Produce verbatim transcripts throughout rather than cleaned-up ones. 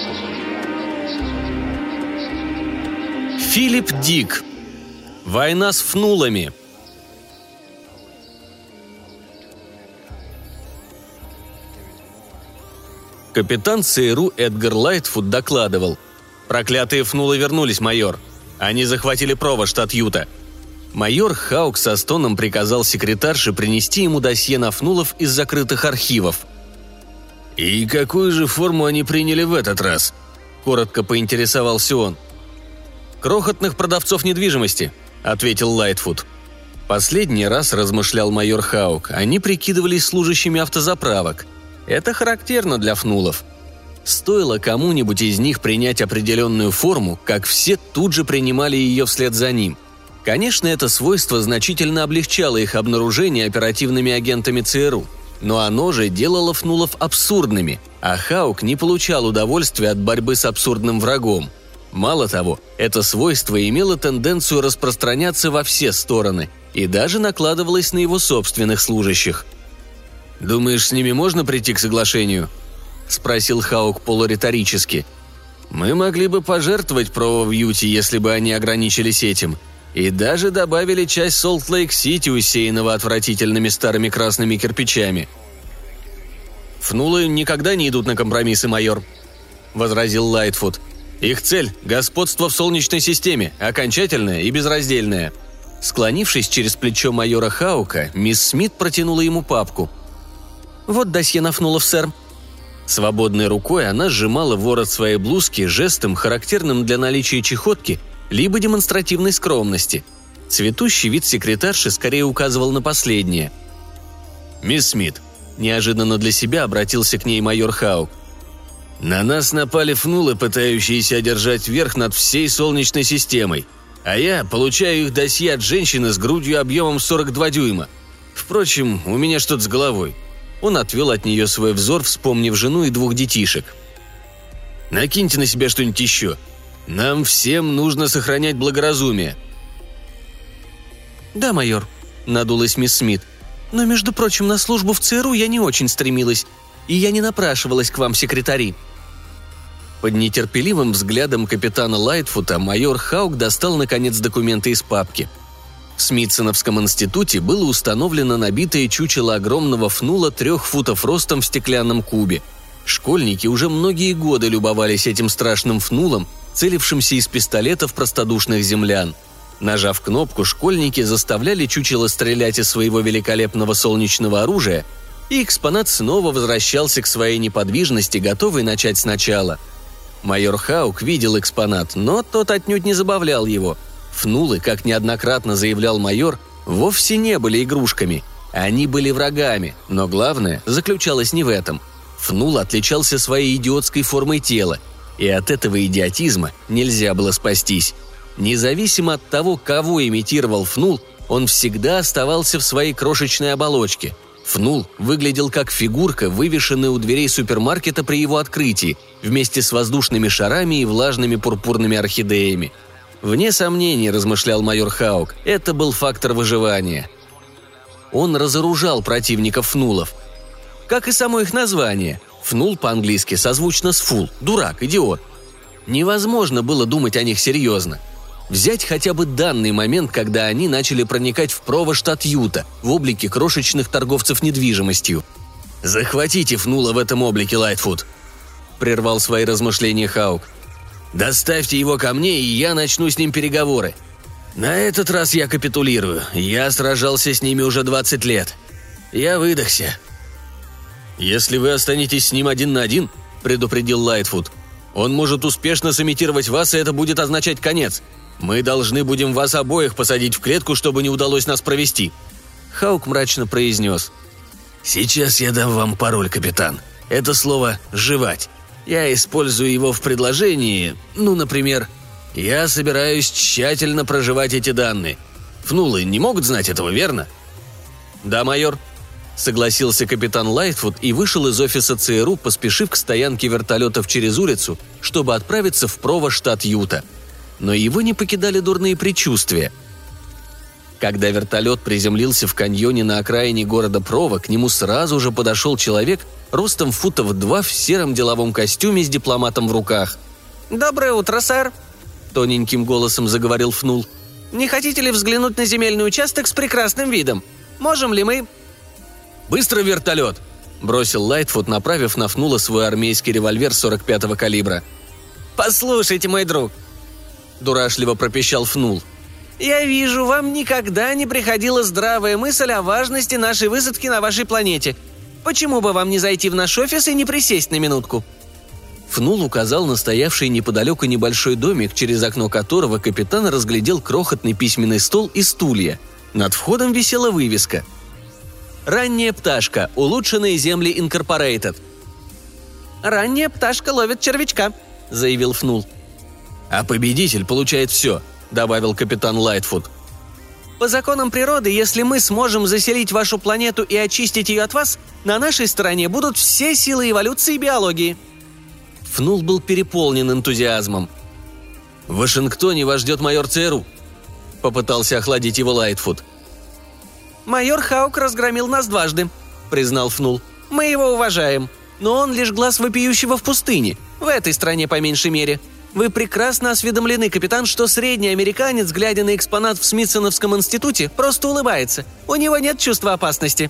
Филипп Дик. Война с фнулами. Капитан ЦРУ Эдгар Лайтфуд докладывал: «Проклятые фнулы вернулись, майор. Они захватили Прово, штат Юта». Майор Хаук со стоном приказал секретарше принести ему досье на фнулов из закрытых архивов. «И какую же форму они приняли в этот раз?» – коротко поинтересовался он. «Крохотных продавцов недвижимости», – ответил Лайтфуд. Последний раз, размышлял майор Хаук, они прикидывались служащими автозаправок. Это характерно для фнулов. Стоило кому-нибудь из них принять определенную форму, как все тут же принимали ее вслед за ним. Конечно, это свойство значительно облегчало их обнаружение оперативными агентами ЦРУ, но оно же делало фнулов абсурдными, а Хаук не получал удовольствия от борьбы с абсурдным врагом. Мало того, это свойство имело тенденцию распространяться во все стороны и даже накладывалось на его собственных служащих. «Думаешь, с ними можно прийти к соглашению?» – спросил Хаук полуриторически. «Мы могли бы пожертвовать Прово в Юте, если бы они ограничились этим, и даже добавили часть Солт-Лейк-Сити, усеянного отвратительными старыми красными кирпичами». «Фнулы никогда не идут на компромиссы, майор», – возразил Лайтфуд. «Их цель – господство в Солнечной системе, окончательное и безраздельное». Склонившись через плечо майора Хаука, мисс Смит протянула ему папку. «Вот досье на фнулов, сэр». Свободной рукой она сжимала ворот своей блузки жестом, характерным для наличия чехотки, либо демонстративной скромности. Цветущий вид секретарши скорее указывал на последнее. «Мисс Смит», – неожиданно для себя обратился к ней майор Хаук. «На нас напали фнулы, пытающиеся одержать верх над всей Солнечной системой, а я получаю их досье от женщины с грудью объемом сорок два дюйма. Впрочем, у меня что-то с головой». Он отвел от нее свой взор, вспомнив жену и двух детишек. «Накиньте на себя что-нибудь еще. Нам всем нужно сохранять благоразумие». «Да, майор», — надулась мисс Смит. «Но, между прочим, на службу в ЦРУ я не очень стремилась, и я не напрашивалась к вам, секретари». Под нетерпеливым взглядом капитана Лайтфута майор Хаук достал, наконец, документы из папки. В Смитсоновском институте было установлено набитое чучело огромного фнула трех футов ростом в стеклянном кубе. Школьники уже многие годы любовались этим страшным фнулом, целившимся из пистолетов простодушных землян. Нажав кнопку, школьники заставляли чучело стрелять из своего великолепного солнечного оружия, и экспонат снова возвращался к своей неподвижности, готовый начать сначала. Майор Хаук видел экспонат, но тот отнюдь не забавлял его. Фнулы, как неоднократно заявлял майор, вовсе не были игрушками. Они были врагами, но главное заключалось не в этом. Фнул отличался своей идиотской формой тела, и от этого идиотизма нельзя было спастись. Независимо от того, кого имитировал фнул, он всегда оставался в своей крошечной оболочке. Фнул выглядел как фигурка, вывешенная у дверей супермаркета при его открытии, вместе с воздушными шарами и влажными пурпурными орхидеями. Вне сомнений, размышлял майор Хаук, это был фактор выживания. Он разоружал противников фнулов. Как и само их название. Фнул по-английски созвучно с фул, дурак, идиот. Невозможно было думать о них серьезно. Взять хотя бы данный момент, когда они начали проникать в Прово, штат Юта, в облике крошечных торговцев недвижимостью. «Захватите фнула в этом облике, Лайтфуд», – прервал свои размышления Хаук. «Доставьте его ко мне, и я начну с ним переговоры. На этот раз я капитулирую. Я сражался с ними уже двадцать лет. Я выдохся». «Если вы останетесь с ним один на один», – предупредил Лайтфуд, – «он может успешно сымитировать вас, и это будет означать конец. Мы должны будем вас обоих посадить в клетку, чтобы не удалось нас провести». Хаук мрачно произнес. «Сейчас я дам вам пароль, капитан. Это слово «жевать». Я использую его в предложении, ну, например, «Я собираюсь тщательно проживать эти данные». Фнулы не могут знать этого, верно?» «Да, майор», — согласился капитан Лайтфуд и вышел из офиса ЦРУ, поспешив к стоянке вертолетов через улицу, чтобы отправиться в Прово, штат Юта. Но его не покидали дурные предчувствия. Когда вертолет приземлился в каньоне на окраине города Прово, к нему сразу же подошел человек ростом футов два в сером деловом костюме с дипломатом в руках. «Доброе утро, сэр», — тоненьким голосом заговорил Фнул. «Не хотите ли взглянуть на земельный участок с прекрасным видом? Можем ли мы...» «Быстро вертолет!» – бросил Лайтфуд, направив на Фнула свой армейский револьвер сорок пятого калибра. «Послушайте, мой друг», – дурашливо пропищал Фнул. «Я вижу, вам никогда не приходила здравая мысль о важности нашей высадки на вашей планете. Почему бы вам не зайти в наш офис и не присесть на минутку?» Фнул указал на стоявший неподалеку небольшой домик, через окно которого капитан разглядел крохотный письменный стол и стулья. Над входом висела вывеска «Ранняя пташка. Улучшенные земли Инкорпорейтед». «Ранняя пташка ловит червячка», — заявил Фнул. «А победитель получает все», — добавил капитан Лайтфуд. «По законам природы, если мы сможем заселить вашу планету и очистить ее от вас, на нашей стороне будут все силы эволюции и биологии». Фнул был переполнен энтузиазмом. «В Вашингтоне вас ждет майор ЦРУ», — попытался охладить его Лайтфуд. «Майор Хаук разгромил нас дважды», — признал Фнул. «Мы его уважаем. Но он лишь глаз вопиющего в пустыне. В этой стране, по меньшей мере. Вы прекрасно осведомлены, капитан, что средний американец, глядя на экспонат в Смитсоновском институте, просто улыбается. У него нет чувства опасности».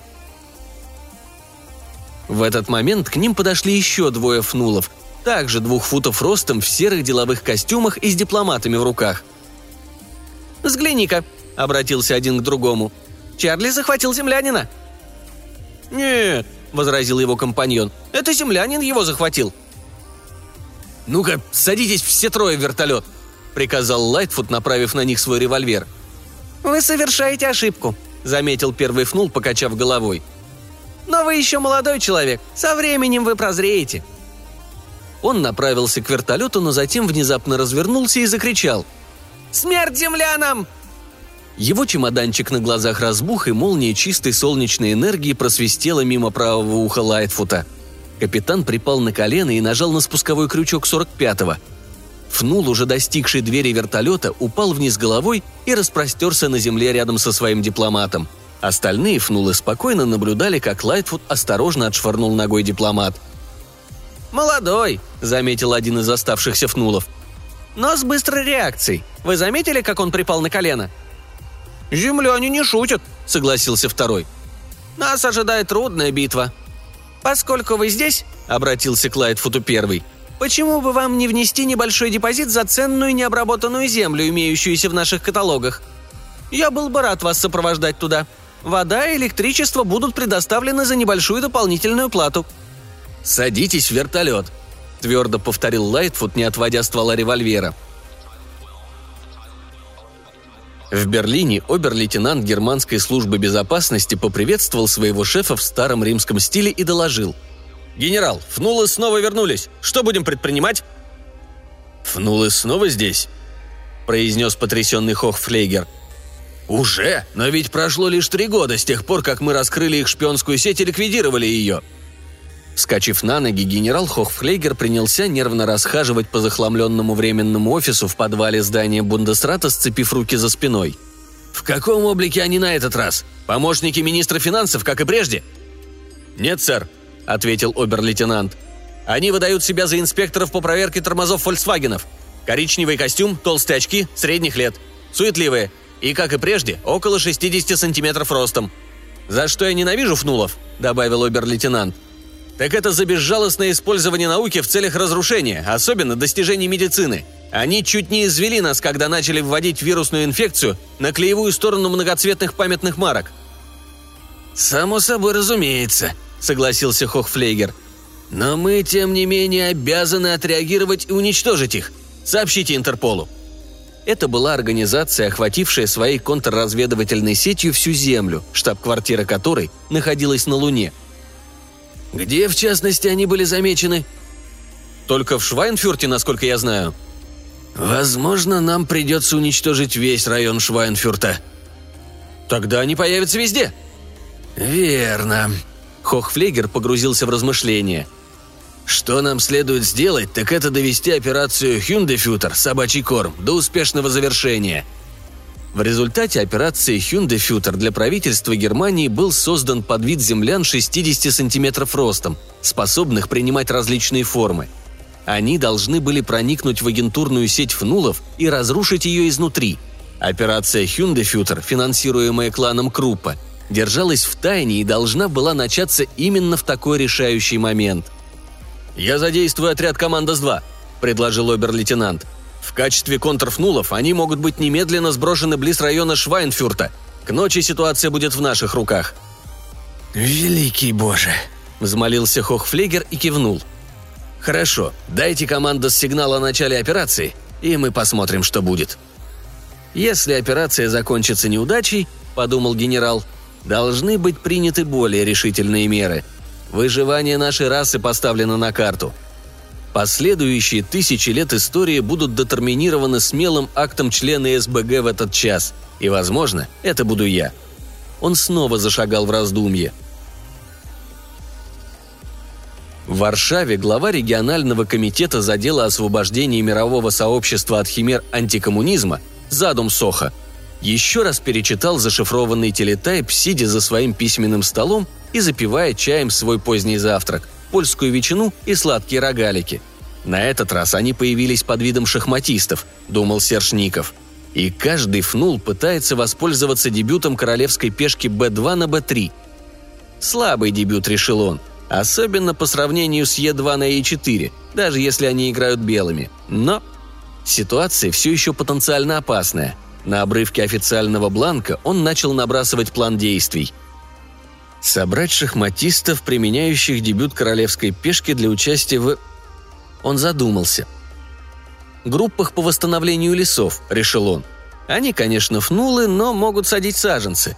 В этот момент к ним подошли еще двое Фнулов, также двух футов ростом в серых деловых костюмах и с дипломатами в руках. «Взгляни-ка», — обратился один к другому. «Чарли захватил землянина». «Нет», — возразил его компаньон, — «это землянин его захватил». «Ну-ка, садитесь все трое в вертолет», — приказал Лайтфуд, направив на них свой револьвер. «Вы совершаете ошибку», — заметил первый Фнул, покачав головой. «Но вы еще молодой человек, со временем вы прозреете». Он направился к вертолету, но затем внезапно развернулся и закричал: «Смерть землянам!» Его чемоданчик на глазах разбух, и молния чистой солнечной энергии просвистела мимо правого уха Лайтфута. Капитан припал на колено и нажал на спусковой крючок сорок пятого. Фнул, уже достигший двери вертолета, упал вниз головой и распростерся на земле рядом со своим дипломатом. Остальные Фнулы спокойно наблюдали, как Лайтфуд осторожно отшвырнул ногой дипломат. «Молодой», — заметил один из оставшихся Фнулов. «Но с быстрой реакцией. Вы заметили, как он припал на колено?» «Земляне не шутят», — согласился второй. «Нас ожидает трудная битва». «Поскольку вы здесь», — обратился к Лайтфуду первый, «почему бы вам не внести небольшой депозит за ценную необработанную землю, имеющуюся в наших каталогах? Я был бы рад вас сопровождать туда. Вода и электричество будут предоставлены за небольшую дополнительную плату». «Садитесь в вертолет», — твердо повторил Лайтфуд, не отводя ствола револьвера. В Берлине обер-лейтенант германской службы безопасности поприветствовал своего шефа в старом римском стиле и доложил: «Генерал, Фнулы снова вернулись. Что будем предпринимать?» «Фнулы снова здесь?» – произнес потрясенный Хохфлейгер. «Уже? Но ведь прошло лишь три года с тех пор, как мы раскрыли их шпионскую сеть и ликвидировали ее». Вскочив на ноги, генерал Хохфлейгер принялся нервно расхаживать по захламленному временному офису в подвале здания Бундесрата, сцепив руки за спиной. «В каком облике они на этот раз? Помощники министра финансов, как и прежде?» «Нет, сэр», — ответил обер-лейтенант. «Они выдают себя за инспекторов по проверке тормозов «Фольксвагенов». Коричневый костюм, толстые очки, средних лет. Суетливые. И, как и прежде, около шестидесяти сантиметров ростом. За что я ненавижу Фнулов», — добавил обер-лейтенант, «так это за безжалостное использование науки в целях разрушения, особенно достижений медицины. Они чуть не извели нас, когда начали вводить вирусную инфекцию на клеевую сторону многоцветных памятных марок». «Само собой разумеется», — согласился Хохфлейгер. «Но мы, тем не менее, обязаны отреагировать и уничтожить их. Сообщите Интерполу». Это была организация, охватившая своей контрразведывательной сетью всю Землю, штаб-квартира которой находилась на Луне. «Где, в частности, они были замечены?» «Только в Швайнфюрте, насколько я знаю». «Возможно, нам придется уничтожить весь район Швайнфюрта». «Тогда они появятся везде». «Верно». Хохфлейгер погрузился в размышления. «Что нам следует сделать, так это довести операцию «Хюндефютер» – собачий корм до успешного завершения». В результате операции «Хюндефютер» для правительства Германии был создан подвид землян шестидесяти сантиметров ростом, способных принимать различные формы. Они должны были проникнуть в агентурную сеть фнулов и разрушить ее изнутри. Операция «Хюндефютер», финансируемая кланом Круппа, держалась в тайне и должна была начаться именно в такой решающий момент. «Я задействую отряд «Командос-два», – предложил обер-лейтенант. «В качестве контрфнулов они могут быть немедленно сброшены близ района Швайнфюрта. К ночи ситуация будет в наших руках». «Великий Боже!» – взмолился Хохфлегер и кивнул. «Хорошо, дайте командос сигнал о начале операции, и мы посмотрим, что будет». «Если операция закончится неудачей, – подумал генерал, – должны быть приняты более решительные меры. Выживание нашей расы поставлено на карту. Последующие тысячи лет истории будут детерминированы смелым актом члена СБГ в этот час, и, возможно, это буду я». Он снова зашагал в раздумье. В Варшаве глава регионального комитета за дело освобождения мирового сообщества от химер антикоммунизма Задум Соха еще раз перечитал зашифрованный телетайп, сидя за своим письменным столом и запивая чаем свой поздний завтрак, польскую ветчину и сладкие рогалики. На этот раз они появились под видом шахматистов, думал Серж Ников. И каждый фнул пытается воспользоваться дебютом королевской пешки бэ два на бэ три. Слабый дебют, решил он, особенно по сравнению с е два на е четыре, даже если они играют белыми. Но ситуация все еще потенциально опасная. На обрывке официального бланка он начал набрасывать план действий. Собрать шахматистов, применяющих дебют королевской пешки для участия в... Он задумался. «Группах по восстановлению лесов», — решил он. «Они, конечно, фнулы, но могут садить саженцы.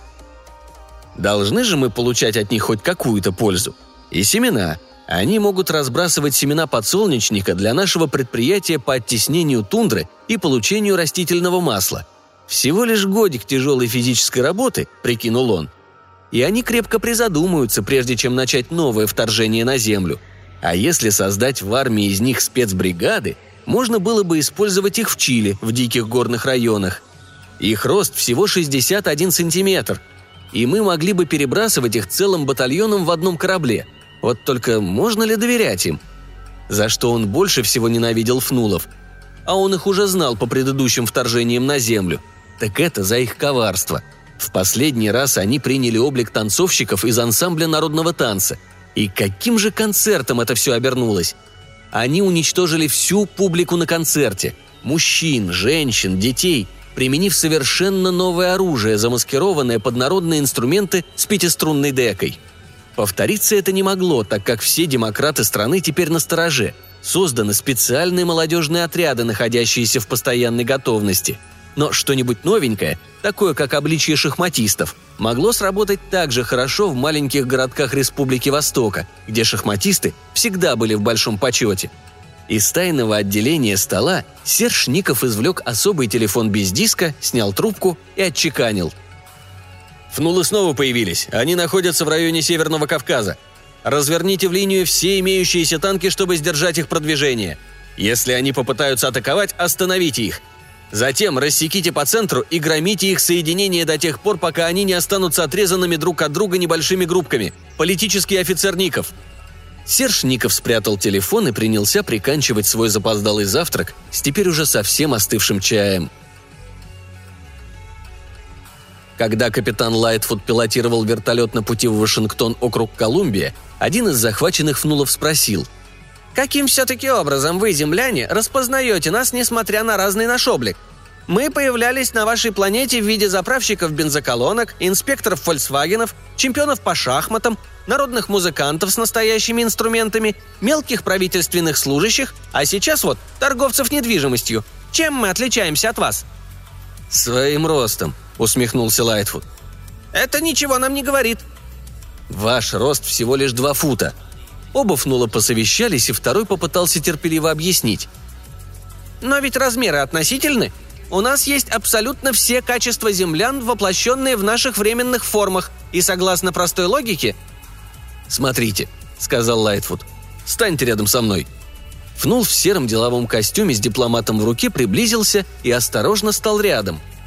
Должны же мы получать от них хоть какую-то пользу. И семена. Они могут разбрасывать семена подсолнечника для нашего предприятия по оттеснению тундры и получению растительного масла. Всего лишь годик тяжелой физической работы», — прикинул он. «И они крепко призадумаются, прежде чем начать новое вторжение на землю. А если создать в армии из них спецбригады, можно было бы использовать их в Чили, в диких горных районах. Их рост всего шестьдесят один сантиметр, и мы могли бы перебрасывать их целым батальоном в одном корабле. Вот только можно ли доверять им?» За что он больше всего ненавидел фнулов. А он их уже знал по предыдущим вторжениям на землю. Так это за их коварство. В последний раз они приняли облик танцовщиков из ансамбля народного танца. И каким же концертом это все обернулось? Они уничтожили всю публику на концерте. Мужчин, женщин, детей, применив совершенно новое оружие, замаскированное под народные инструменты с пятиструнной декой. Повториться это не могло, так как все демократы страны теперь настороже. Созданы специальные молодежные отряды, находящиеся в постоянной готовности. Но что-нибудь новенькое, такое как обличье шахматистов, могло сработать так же хорошо в маленьких городках Республики Востока, где шахматисты всегда были в большом почете. Из тайного отделения стола Серж Ников извлек особый телефон без диска, снял трубку и отчеканил. «Фнулы снова появились. Они находятся в районе Северного Кавказа. Разверните в линию все имеющиеся танки, чтобы сдержать их продвижение. Если они попытаются атаковать, остановите их. Затем рассеките по центру и громите их соединения до тех пор, пока они не останутся отрезанными друг от друга небольшими группками. Политический офицер Ников». Серж Ников спрятал телефон и принялся приканчивать свой запоздалый завтрак с теперь уже совсем остывшим чаем. Когда капитан Лайтфуд пилотировал вертолет на пути в Вашингтон, округ Колумбия, один из захваченных фнулов спросил: «Каким все-таки образом вы, земляне, распознаете нас, несмотря на разный наш облик? Мы появлялись на вашей планете в виде заправщиков бензоколонок, инспекторов фольксвагенов, чемпионов по шахматам, народных музыкантов с настоящими инструментами, мелких правительственных служащих, а сейчас вот торговцев недвижимостью. Чем мы отличаемся от вас?» «Своим ростом», — усмехнулся Лайтфуд. «Это ничего нам не говорит». «Ваш рост всего лишь два фута». Оба фнула посовещались, и второй попытался терпеливо объяснить. «Но ведь размеры относительны. У нас есть абсолютно все качества землян, воплощенные в наших временных формах, и согласно простой логике...» «Смотрите», — сказал Лайтфуд, — «станьте рядом со мной». Фнул в сером деловом костюме с дипломатом в руке приблизился и осторожно стал рядом.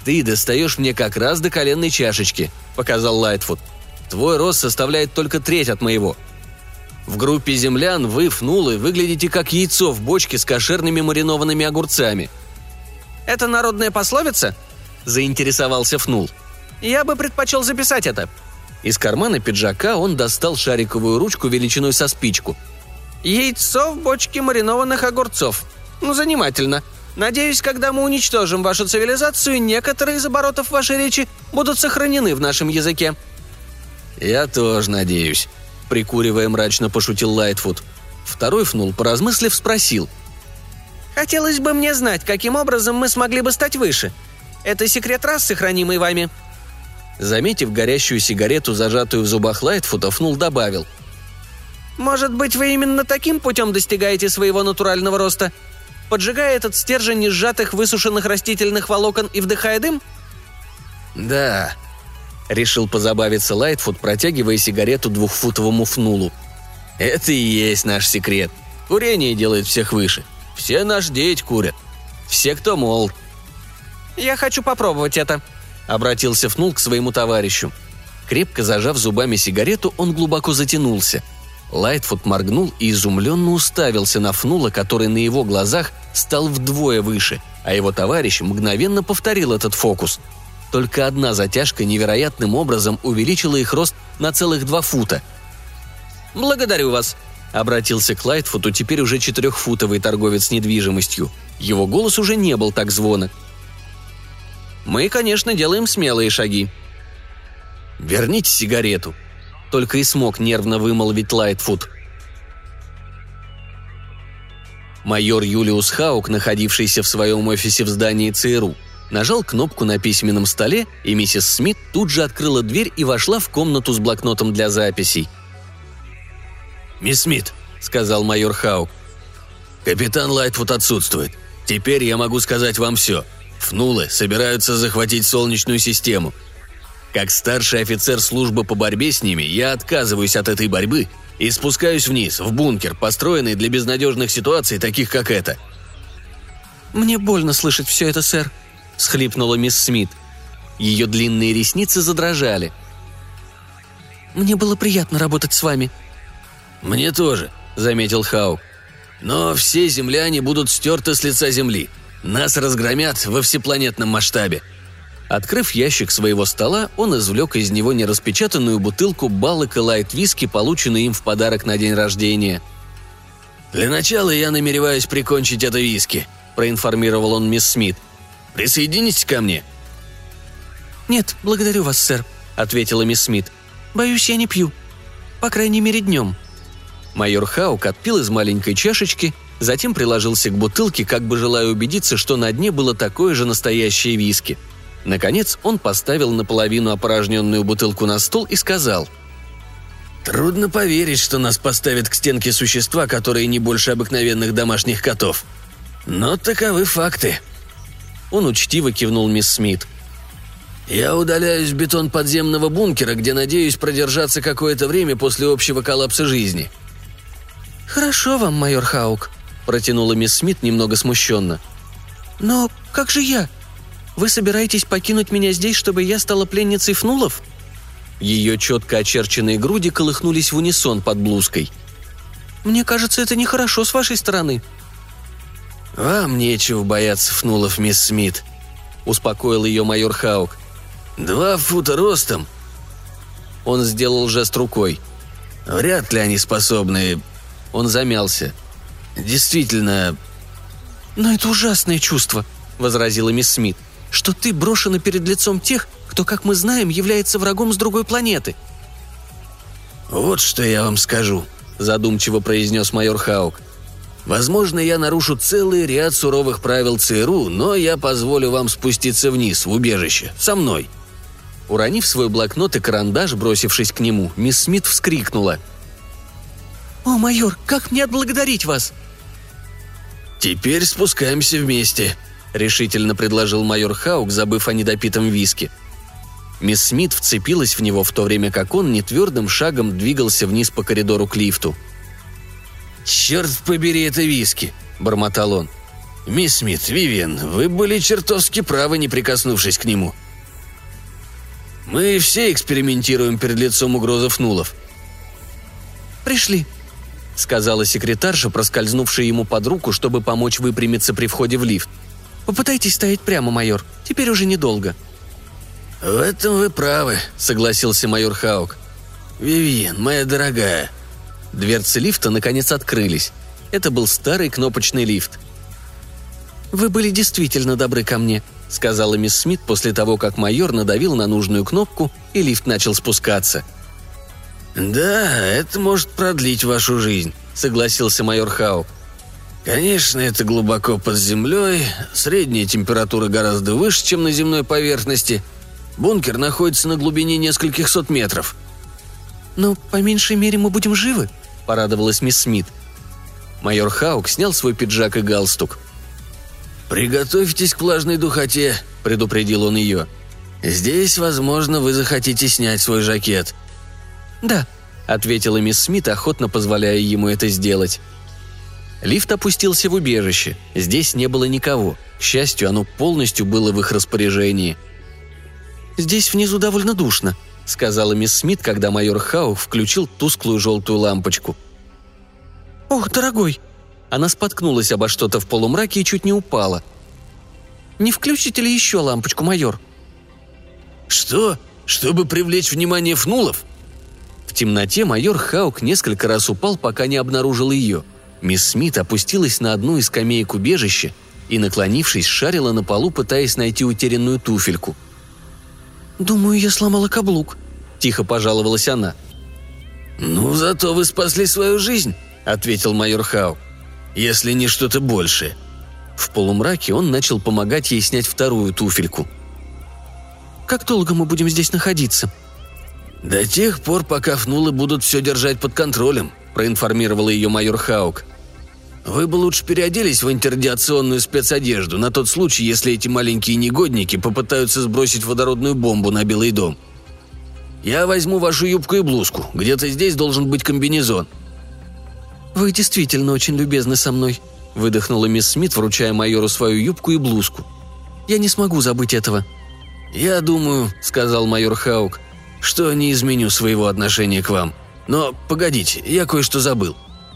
«Ты достаешь мне как раз до коленной чашечки», — показал Лайтфуд. «Твой рост составляет только треть от моего. В группе землян вы, фнулы, выглядите как яйцо в бочке с кошерными маринованными огурцами». «Это народная пословица?» – заинтересовался Фнул. «Я бы предпочел записать это». Из кармана пиджака он достал шариковую ручку величиной со спичку. «Яйцо в бочке маринованных огурцов. Ну, занимательно. Надеюсь, когда мы уничтожим вашу цивилизацию, некоторые из оборотов вашей речи будут сохранены в нашем языке». «Я тоже надеюсь», – прикуривая мрачно пошутил Лайтфуд. Второй Фнул, поразмыслив, спросил. «Хотелось бы мне знать, каким образом мы смогли бы стать выше. Это секрет расы, хранимый вами». Заметив горящую сигарету, зажатую в зубах Лайтфуда, Фнул добавил. «Может быть, вы именно таким путем достигаете своего натурального роста? Поджигая этот стержень из сжатых высушенных растительных волокон и вдыхая дым?» «Да», — решил позабавиться Лайтфуд, протягивая сигарету двухфутовому Фнулу. «Это и есть наш секрет. Курение делает всех выше. Все наши дети курят. Все, кто молод». «Я хочу попробовать это», — обратился Фнул к своему товарищу. Крепко зажав зубами сигарету, он глубоко затянулся. Лайтфуд моргнул и изумленно уставился на Фнула, который на его глазах стал вдвое выше, а его товарищ мгновенно повторил этот фокус. Только одна затяжка невероятным образом увеличила их рост на целых два фута. «Благодарю вас», — обратился к Лайтфуду теперь уже четырехфутовый торговец недвижимостью. Его голос уже не был так звонок. «Мы, конечно, делаем смелые шаги». «Верните сигарету», — только и смог нервно вымолвить Лайтфуд. Майор Юлиус Хаук, находившийся в своем офисе в здании ЦРУ, нажал кнопку на письменном столе, и миссис Смит тут же открыла дверь и вошла в комнату с блокнотом для записей. «Мисс Смит», — сказал майор Хаук, — «капитан Лайтфуд отсутствует. Теперь я могу сказать вам все. Фнулы собираются захватить Солнечную систему. Как старший офицер службы по борьбе с ними, я отказываюсь от этой борьбы и спускаюсь вниз, в бункер, построенный для безнадежных ситуаций, таких как эта». «Мне больно слышать все это, сэр», — всхлипнула мисс Смит. Ее длинные ресницы задрожали. «Мне было приятно работать с вами». «Мне тоже», — заметил Хаук. «Но все земляне будут стерты с лица земли. Нас разгромят во всепланетном масштабе». Открыв ящик своего стола, он извлек из него нераспечатанную бутылку Баллока лайт-виски, полученную им в подарок на день рождения. «Для начала я намереваюсь прикончить это виски», – проинформировал он мисс Смит. «Присоединитесь ко мне?» «Нет, благодарю вас, сэр», – ответила мисс Смит. «Боюсь, я не пью. По крайней мере, днем». Майор Хаук отпил из маленькой чашечки, затем приложился к бутылке, как бы желая убедиться, что на дне было такое же настоящее виски. Наконец он поставил наполовину опорожненную бутылку на стол и сказал: «Трудно поверить, что нас поставят к стенке существа, которые не больше обыкновенных домашних котов. Но таковы факты». Он учтиво кивнул мисс Смит. «Я удаляюсь в бетон подземного бункера, где надеюсь продержаться какое-то время после общего коллапса жизни». «Хорошо вам, майор Хаук», – протянула мисс Смит немного смущенно. «Но как же я? Вы собираетесь покинуть меня здесь, чтобы я стала пленницей фнулов?» Ее четко очерченные груди колыхнулись в унисон под блузкой. «Мне кажется, это нехорошо с вашей стороны». «Вам нечего бояться фнулов, мисс Смит», — успокоил ее майор Хаук. «Два фута ростом». Он сделал жест рукой. «Вряд ли они способны...» Он замялся. «Действительно...» «Но это ужасное чувство», — возразила мисс Смит, «что ты брошена перед лицом тех, кто, как мы знаем, является врагом с другой планеты». «Вот что я вам скажу», – задумчиво произнес майор Хаук. «Возможно, я нарушу целый ряд суровых правил ЦРУ, но я позволю вам спуститься вниз, в убежище, со мной». Уронив свой блокнот и карандаш, бросившись к нему, мисс Смит вскрикнула. «О, майор, как мне отблагодарить вас?» «Теперь спускаемся вместе», – решительно предложил майор Хаук, забыв о недопитом виски. Мисс Смит вцепилась в него, в то время как он нетвердым шагом двигался вниз по коридору к лифту. «Черт побери это виски!» – бормотал он. «Мисс Смит, Вивиан, вы были чертовски правы, не прикоснувшись к нему. Мы все экспериментируем перед лицом угрозы фнулов». «Пришли», — сказала секретарша, проскользнувшая ему под руку, чтобы помочь выпрямиться при входе в лифт. «Попытайтесь стоять прямо, майор. Теперь уже недолго». «В этом вы правы», — согласился майор Хаук. «Вивиан, моя дорогая». Дверцы лифта наконец открылись. Это был старый кнопочный лифт. «Вы были действительно добры ко мне», — сказала мисс Смит после того, как майор надавил на нужную кнопку, и лифт начал спускаться. «Да, это может продлить вашу жизнь», — согласился майор Хаук. «Конечно, это глубоко под землей, средняя температура гораздо выше, чем на земной поверхности. Бункер находится на глубине нескольких сот метров». «Но по меньшей мере мы будем живы», — порадовалась мисс Смит. Майор Хаук снял свой пиджак и галстук. «Приготовьтесь к влажной духоте», — предупредил он ее. «Здесь, возможно, вы захотите снять свой жакет». «Да», — ответила мисс Смит, охотно позволяя ему это сделать. Лифт опустился в убежище. Здесь не было никого. К счастью, оно полностью было в их распоряжении. «Здесь внизу довольно душно», — сказала мисс Смит, когда майор Хаук включил тусклую желтую лампочку. «Ох, дорогой!» Она споткнулась обо что-то в полумраке и чуть не упала. «Не включите ли еще лампочку, майор?» «Что? Чтобы привлечь внимание фнулов?» В темноте майор Хаук несколько раз упал, пока не обнаружил ее. Мисс Смит опустилась на одну из скамеек убежища и, наклонившись, шарила на полу, пытаясь найти утерянную туфельку. «Думаю, я сломала каблук», — тихо пожаловалась она. «Ну, зато вы спасли свою жизнь», — ответил майор Хаук. «Если не что-то большее». В полумраке он начал помогать ей снять вторую туфельку. «Как долго мы будем здесь находиться?» «До тех пор, пока фнулы будут все держать под контролем», — проинформировала ее майор Хаук. «Вы бы лучше переоделись в интердиационную спецодежду на тот случай, если эти маленькие негодники попытаются сбросить водородную бомбу на Белый дом. Я возьму вашу юбку и блузку. Где-то здесь должен быть комбинезон». «Вы действительно очень любезны со мной», — выдохнула мисс Смит, вручая майору свою юбку и блузку. «Я не смогу забыть этого». «Я думаю», — сказал майор Хаук, — «что не изменю своего отношения к вам. Но погодите, я кое-что забыл».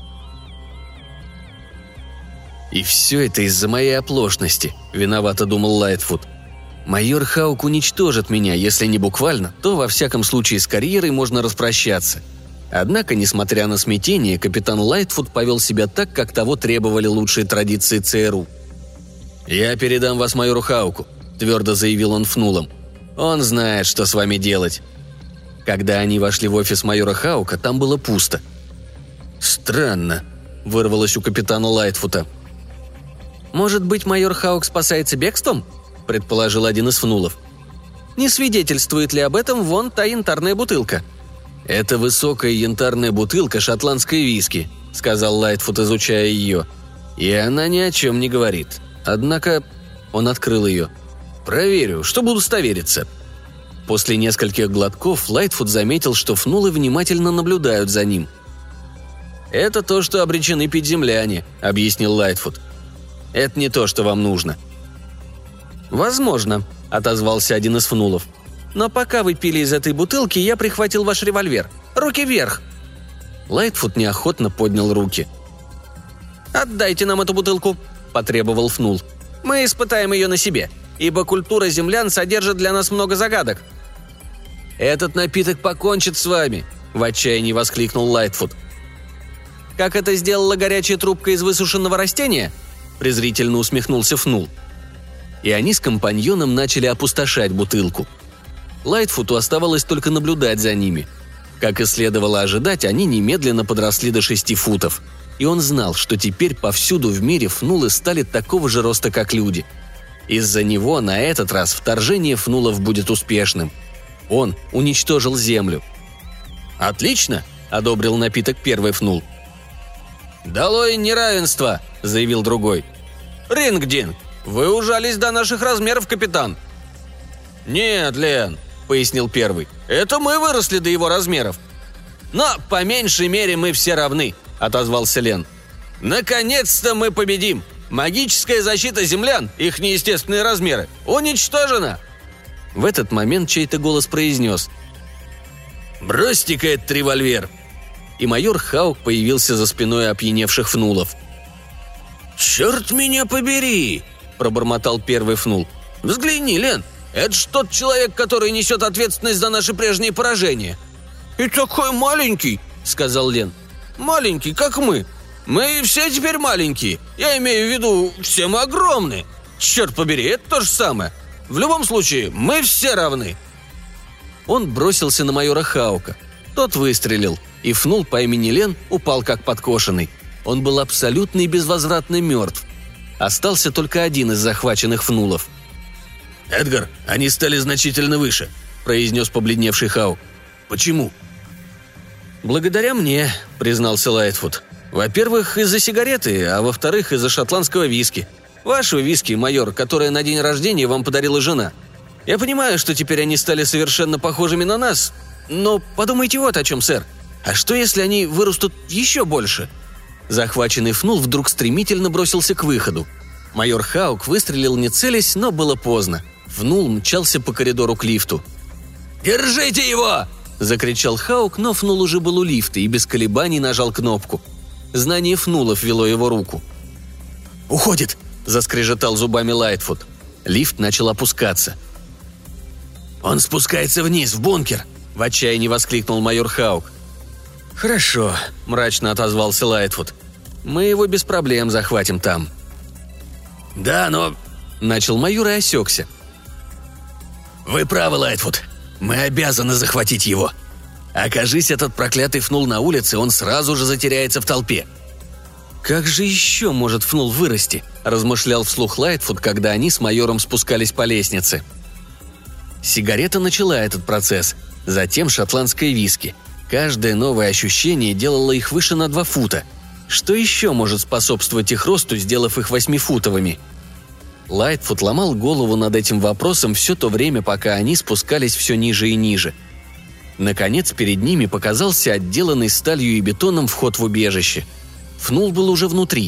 «И все это из-за моей оплошности», — виновато думал Лайтфуд. «Майор Хаук уничтожит меня, если не буквально, то во всяком случае с карьерой можно распрощаться». Однако, несмотря на смятение, капитан Лайтфуд повел себя так, как того требовали лучшие традиции ЦРУ. «Я передам вас майору Хауку», – твердо заявил он фнулам. «Он знает, что с вами делать». Когда они вошли в офис майора Хаука, там было пусто. «Странно», – вырвалось у капитана Лайтфута. «Может быть, майор Хаук спасается бегством?» – предположил один из фнулов. «Не свидетельствует ли об этом вон та янтарная бутылка?» «Это высокая янтарная бутылка шотландской виски», — сказал Лайтфуд, изучая ее. «И она ни о чем не говорит. Однако...» Он открыл ее. «Проверю, чтобы удостовериться». После нескольких глотков Лайтфуд заметил, что фнулы внимательно наблюдают за ним. «Это то, что обречены пить земляне», — объяснил Лайтфуд. «Это не то, что вам нужно». «Возможно», — отозвался один из фнулов. «Но пока вы пили из этой бутылки, я прихватил ваш револьвер. Руки вверх!» Лайтфуд неохотно поднял руки. «Отдайте нам эту бутылку», – потребовал фнул. «Мы испытаем ее на себе, ибо культура землян содержит для нас много загадок». «Этот напиток покончит с вами», – в отчаянии воскликнул Лайтфуд. «Как это сделала горячая трубка из высушенного растения?» – презрительно усмехнулся фнул. И они с компаньоном начали опустошать бутылку. Лайтфуду оставалось только наблюдать за ними. Как и следовало ожидать, они немедленно подросли до шести футов. И он знал, что теперь повсюду в мире фнулы стали такого же роста, как люди. Из-за него на этот раз вторжение фнулов будет успешным. Он уничтожил землю. «Отлично!» – одобрил напиток первый фнул. «Долой неравенство!» – заявил другой. «Рингдин, вы ужались до наших размеров, капитан!» «Нет, Лен», — пояснил первый, — «это мы выросли до его размеров». «Но по меньшей мере мы все равны», — отозвался Лен. «Наконец-то мы победим! Магическая защита землян, их неестественные размеры, уничтожена!» В этот момент чей-то голос произнес: «Бросьте-ка этот револьвер!» И майор Хаук появился за спиной опьяневших фнулов. «Черт меня побери!» – пробормотал первый фнул. «Взгляни, Лен, это ж тот человек, который несет ответственность за наши прежние поражения». «И такой маленький», – сказал Лен. «Маленький, как мы. Мы все теперь маленькие. Я имею в виду, все мы огромные. Черт побери, это то же самое. В любом случае, мы все равны». Он бросился на майора Хаука. Тот выстрелил, и фнул по имени Лен упал как подкошенный. Он был абсолютно и безвозвратно мертв. Остался только один из захваченных фнулов. «Эдгар, они стали значительно выше», – произнес побледневший Хаук. «Почему?» «Благодаря мне», – признался Лайтфуд. «Во-первых, из-за сигареты, а во-вторых, из-за шотландского виски. Вашего виски, майор, которое на день рождения вам подарила жена. Я понимаю, что теперь они стали совершенно похожими на нас, но подумайте вот о чем, сэр. А что, если они вырастут еще больше?» Захваченный фнул вдруг стремительно бросился к выходу. Майор Хаук выстрелил не целясь, но было поздно. Фнул мчался по коридору к лифту. «Держите его!» – закричал Хаук, но фнул уже был у лифта и без колебаний нажал кнопку. Знание фнулов вело его руку. «Уходит!» – заскрежетал зубами Лайтфуд. Лифт начал опускаться. «Он спускается вниз, в бункер!» – в отчаянии воскликнул майор Хаук. «Хорошо», – мрачно отозвался Лайтфуд. «Мы его без проблем захватим там». «Да, но...» – начал майор и осекся. «Вы правы, Лайтфуд. Мы обязаны захватить его. Окажись этот проклятый фнул на улице, он сразу же затеряется в толпе». «Как же еще может фнул вырасти?» – размышлял вслух Лайтфуд, когда они с майором спускались по лестнице. Сигарета начала этот процесс, затем шотландское виски. Каждое новое ощущение делало их выше на два фута. Что еще может способствовать их росту, сделав их восьмифутовыми? Лайтфуд ломал голову над этим вопросом все то время, пока они спускались все ниже и ниже. Наконец, перед ними показался отделанный сталью и бетоном вход в убежище. Фнул был уже внутри.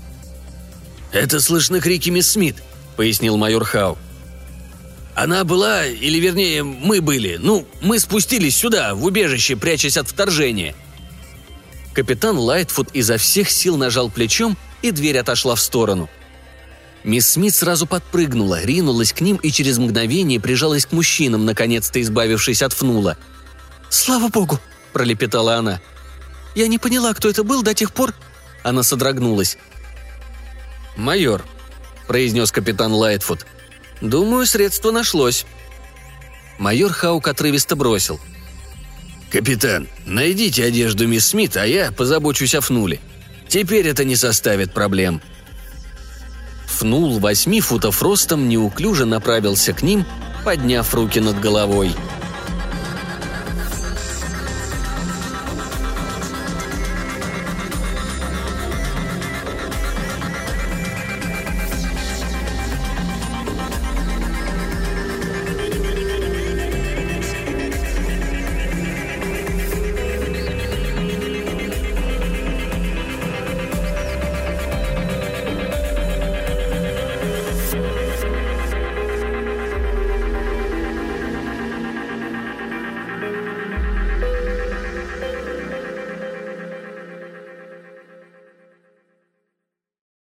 «Это слышно крики мисс Смит», — пояснил майор Хаук. «Она была, или вернее, мы были. Ну, мы спустились сюда, в убежище, прячась от вторжения». Капитан Лайтфуд изо всех сил нажал плечом, и дверь отошла в сторону. Мисс Смит сразу подпрыгнула, ринулась к ним и через мгновение прижалась к мужчинам, наконец-то избавившись от фнула. «Слава богу!» – пролепетала она. «Я не поняла, кто это был до тех пор...» Она содрогнулась. «Майор», – произнес капитан Лайтфуд, – «думаю, средство нашлось». Майор Хаук отрывисто бросил. «Капитан, найдите одежду мисс Смит, а я позабочусь о фнуле. Теперь это не составит проблем». Фнул восьми футов ростом неуклюже направился к ним, подняв руки над головой.